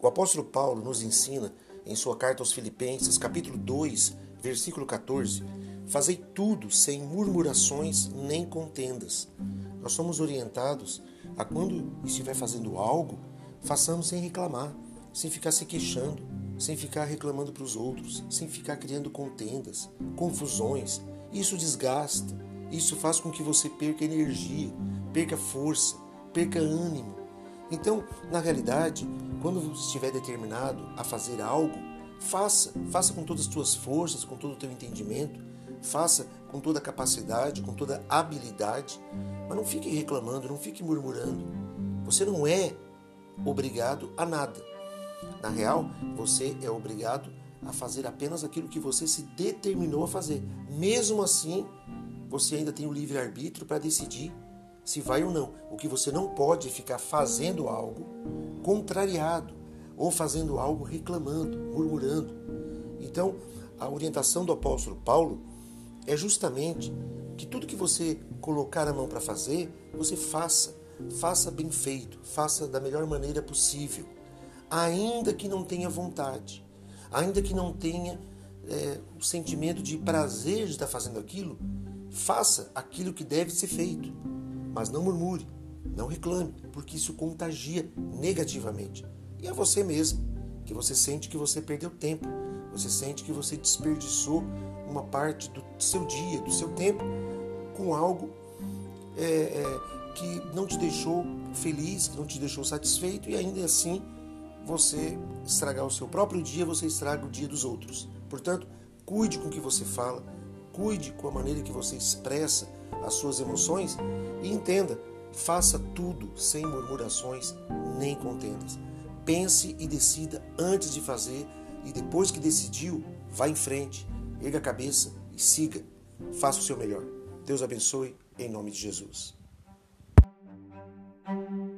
O apóstolo Paulo nos ensina, em sua carta aos Filipenses, capítulo 2, versículo 14, fazei tudo sem murmurações nem contendas. Nós somos orientados a, quando estiver fazendo algo, façamos sem reclamar, sem ficar se queixando, sem ficar reclamando para os outros, sem ficar criando contendas, confusões. Isso desgasta, isso faz com que você perca energia, perca força, perca ânimo. Então, na realidade, quando você estiver determinado a fazer algo, faça com todas as tuas forças, com todo o teu entendimento, faça com toda a capacidade, com toda a habilidade, mas não fique reclamando, não fique murmurando. Você não é obrigado a nada. Na real, você é obrigado a fazer apenas aquilo que você se determinou a fazer. Mesmo assim, você ainda tem o livre-arbítrio para decidir se vai ou não. O que você não pode é ficar fazendo algo contrariado ou fazendo algo reclamando, murmurando. Então, a orientação do apóstolo Paulo é justamente que tudo que você colocar a mão para fazer, você faça bem feito, faça da melhor maneira possível, ainda que não tenha vontade, ainda que não tenha o sentimento de prazer de estar fazendo aquilo, faça aquilo que deve ser feito, mas não murmure, não reclame, porque isso contagia negativamente. E é você mesmo, que você sente que você perdeu tempo, você sente que você desperdiçou uma parte do seu dia, do seu tempo, com algo que não te deixou feliz, que não te deixou satisfeito, e ainda assim você estragar o seu próprio dia, você estraga o dia dos outros. Portanto, cuide com o que você fala, cuide com a maneira que você expressa as suas emoções e entenda, faça tudo sem murmurações nem contendas. Pense e decida antes de fazer e depois que decidiu, vá em frente, erga a cabeça e siga. Faça o seu melhor. Deus abençoe em nome de Jesus.